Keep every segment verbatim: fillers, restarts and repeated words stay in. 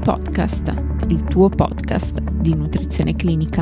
Podcast, il tuo podcast di nutrizione clinica.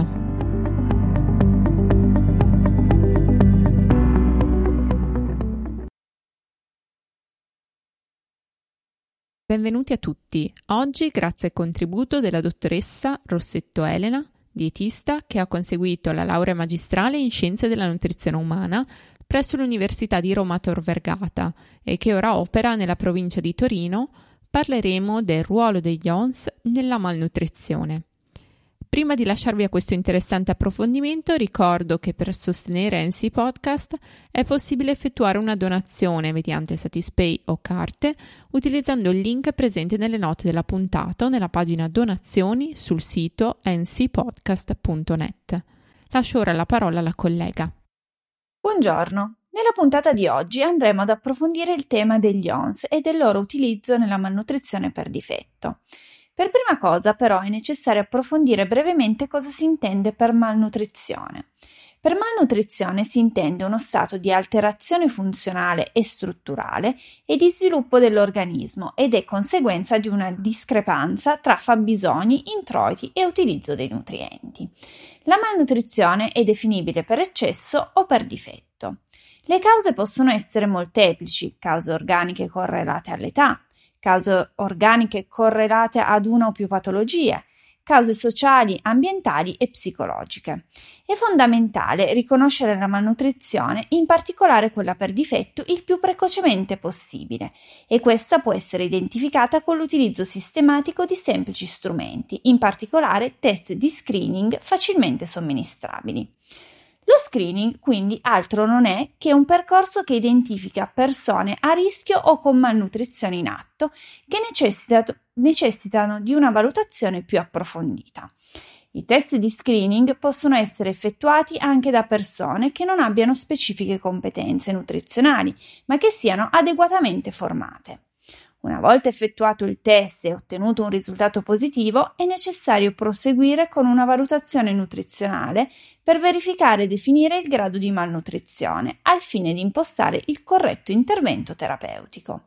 Benvenuti a tutti. Oggi, grazie al contributo della dottoressa Rossetto Elena, dietista che ha conseguito la laurea magistrale in Scienze della Nutrizione Umana presso l'Università di Roma Tor Vergata e che ora opera nella provincia di Torino, parleremo del ruolo degli O N S nella malnutrizione. Prima di lasciarvi a questo interessante approfondimento, ricordo che per sostenere N C Podcast è possibile effettuare una donazione mediante Satispay o carte utilizzando il link presente nelle note della puntata o nella pagina donazioni sul sito n c podcast punto net. Lascio ora la parola alla collega. Buongiorno. Nella puntata di oggi andremo ad approfondire il tema degli O N S e del loro utilizzo nella malnutrizione per difetto. Per prima cosa, però, è necessario approfondire brevemente cosa si intende per malnutrizione. Per malnutrizione si intende uno stato di alterazione funzionale e strutturale e di sviluppo dell'organismo ed è conseguenza di una discrepanza tra fabbisogni, introiti e utilizzo dei nutrienti. La malnutrizione è definibile per eccesso o per difetto. Le cause possono essere molteplici, cause organiche correlate all'età, cause organiche correlate ad una o più patologie, cause sociali, ambientali e psicologiche. È fondamentale riconoscere la malnutrizione, in particolare quella per difetto, il più precocemente possibile, e questa può essere identificata con l'utilizzo sistematico di semplici strumenti, in particolare test di screening facilmente somministrabili. Lo screening, quindi, altro non è che un percorso che identifica persone a rischio o con malnutrizione in atto che necessitano, necessitano di una valutazione più approfondita. I test di screening possono essere effettuati anche da persone che non abbiano specifiche competenze nutrizionali, ma che siano adeguatamente formate. Una volta effettuato il test e ottenuto un risultato positivo, è necessario proseguire con una valutazione nutrizionale per verificare e definire il grado di malnutrizione, al fine di impostare il corretto intervento terapeutico.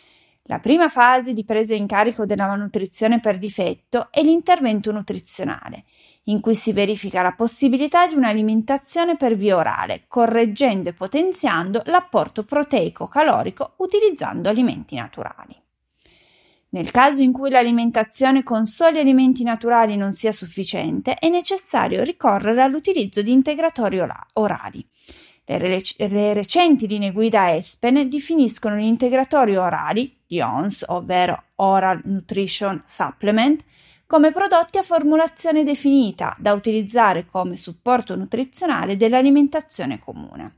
La prima fase di presa in carico della malnutrizione per difetto è l'intervento nutrizionale, in cui si verifica la possibilità di un'alimentazione per via orale, correggendo e potenziando l'apporto proteico-calorico utilizzando alimenti naturali. Nel caso in cui l'alimentazione con soli alimenti naturali non sia sufficiente, è necessario ricorrere all'utilizzo di integratori orali. Le, rec- le recenti linee guida ESPEN definiscono gli integratori orali, gli O N S, ovvero Oral Nutrition Supplement, come prodotti a formulazione definita da utilizzare come supporto nutrizionale dell'alimentazione comune.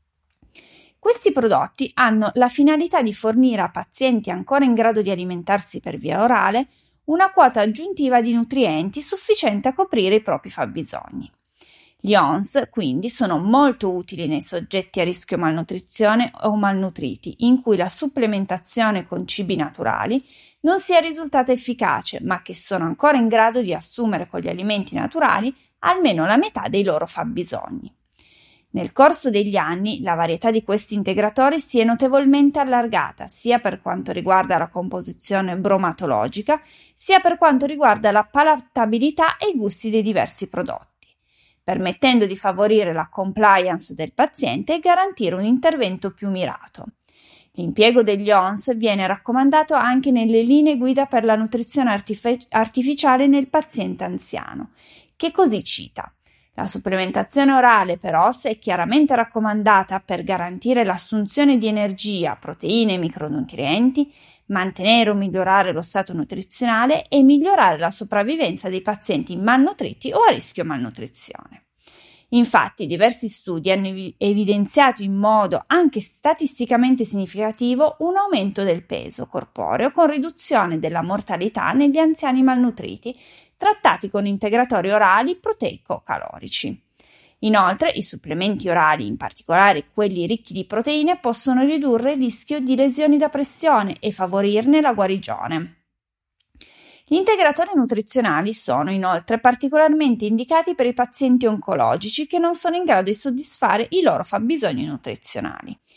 Questi prodotti hanno la finalità di fornire a pazienti ancora in grado di alimentarsi per via orale una quota aggiuntiva di nutrienti sufficiente a coprire i propri fabbisogni. Gli O N S, quindi, sono molto utili nei soggetti a rischio malnutrizione o malnutriti, in cui la supplementazione con cibi naturali non sia risultata efficace, ma che sono ancora in grado di assumere con gli alimenti naturali almeno la metà dei loro fabbisogni. Nel corso degli anni, la varietà di questi integratori si è notevolmente allargata, sia per quanto riguarda la composizione bromatologica, sia per quanto riguarda la palatabilità e i gusti dei diversi prodotti, permettendo di favorire la compliance del paziente e garantire un intervento più mirato. L'impiego degli O N S viene raccomandato anche nelle linee guida per la nutrizione artific- artificiale nel paziente anziano, che così cita: la supplementazione orale per O S è chiaramente raccomandata per garantire l'assunzione di energia, proteine e micronutrienti, mantenere o migliorare lo stato nutrizionale e migliorare la sopravvivenza dei pazienti malnutriti o a rischio malnutrizione. Infatti, diversi studi hanno evidenziato in modo anche statisticamente significativo un aumento del peso corporeo con riduzione della mortalità negli anziani malnutriti trattati con integratori orali proteico-calorici. Inoltre, i supplementi orali, in particolare quelli ricchi di proteine, possono ridurre il rischio di lesioni da pressione e favorirne la guarigione. Gli integratori nutrizionali sono inoltre particolarmente indicati per i pazienti oncologici che non sono in grado di soddisfare i loro fabbisogni nutrizionali.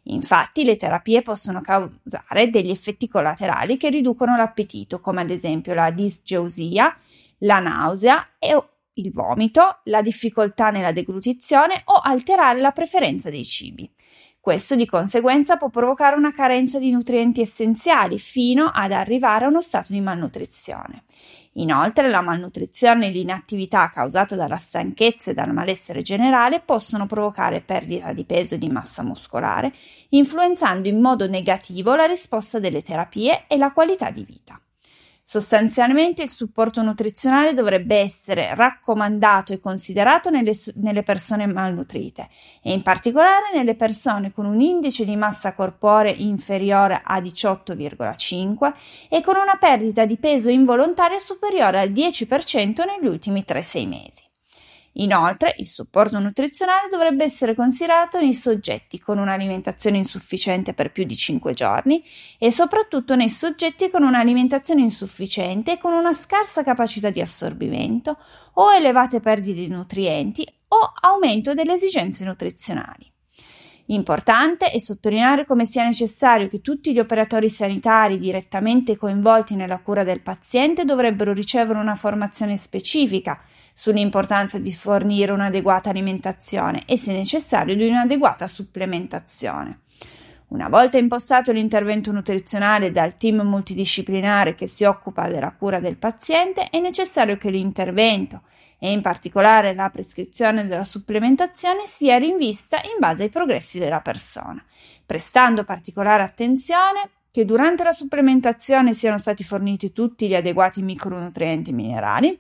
Infatti, le terapie possono causare degli effetti collaterali che riducono l'appetito, come ad esempio la disgeusia, la nausea e il vomito, la difficoltà nella deglutizione o alterare la preferenza dei cibi. Questo di conseguenza può provocare una carenza di nutrienti essenziali fino ad arrivare a uno stato di malnutrizione. Inoltre, la malnutrizione e l'inattività causata dalla stanchezza e dal malessere generale possono provocare perdita di peso e di massa muscolare, influenzando in modo negativo la risposta delle terapie e la qualità di vita. Sostanzialmente il supporto nutrizionale dovrebbe essere raccomandato e considerato nelle, nelle persone malnutrite e in particolare nelle persone con un indice di massa corporea inferiore a diciotto virgola cinque e con una perdita di peso involontaria superiore al dieci per cento negli ultimi tre sei mesi. Inoltre, il supporto nutrizionale dovrebbe essere considerato nei soggetti con un'alimentazione insufficiente per più di cinque giorni e soprattutto nei soggetti con un'alimentazione insufficiente e con una scarsa capacità di assorbimento o elevate perdite di nutrienti o aumento delle esigenze nutrizionali. Importante è sottolineare come sia necessario che tutti gli operatori sanitari direttamente coinvolti nella cura del paziente dovrebbero ricevere una formazione specifica sull'importanza di fornire un'adeguata alimentazione e, se necessario, di un'adeguata supplementazione. Una volta impostato l'intervento nutrizionale dal team multidisciplinare che si occupa della cura del paziente, è necessario che l'intervento e in particolare la prescrizione della supplementazione sia rivista in base ai progressi della persona, prestando particolare attenzione che durante la supplementazione siano stati forniti tutti gli adeguati micronutrienti minerali,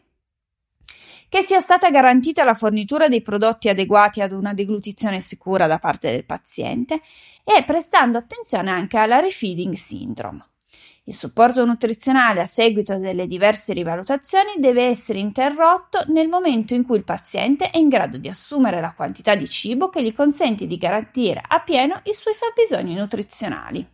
che sia stata garantita la fornitura dei prodotti adeguati ad una deglutizione sicura da parte del paziente e prestando attenzione anche alla refeeding syndrome. Il supporto nutrizionale a seguito delle diverse rivalutazioni deve essere interrotto nel momento in cui il paziente è in grado di assumere la quantità di cibo che gli consente di garantire appieno i suoi fabbisogni nutrizionali.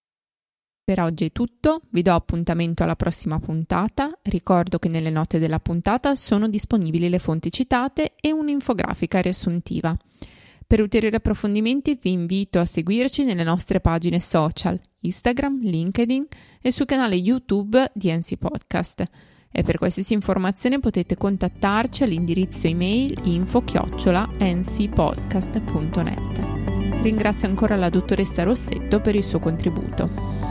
Per oggi è tutto, vi do appuntamento alla prossima puntata. Ricordo che nelle note della puntata sono disponibili le fonti citate e un'infografica riassuntiva. Per ulteriori approfondimenti vi invito a seguirci nelle nostre pagine social, Instagram, LinkedIn e sul canale YouTube di N C Podcast. E per qualsiasi informazione potete contattarci all'indirizzo email info chiocciola n c podcast punto net. Ringrazio ancora la dottoressa Rossetto per il suo contributo.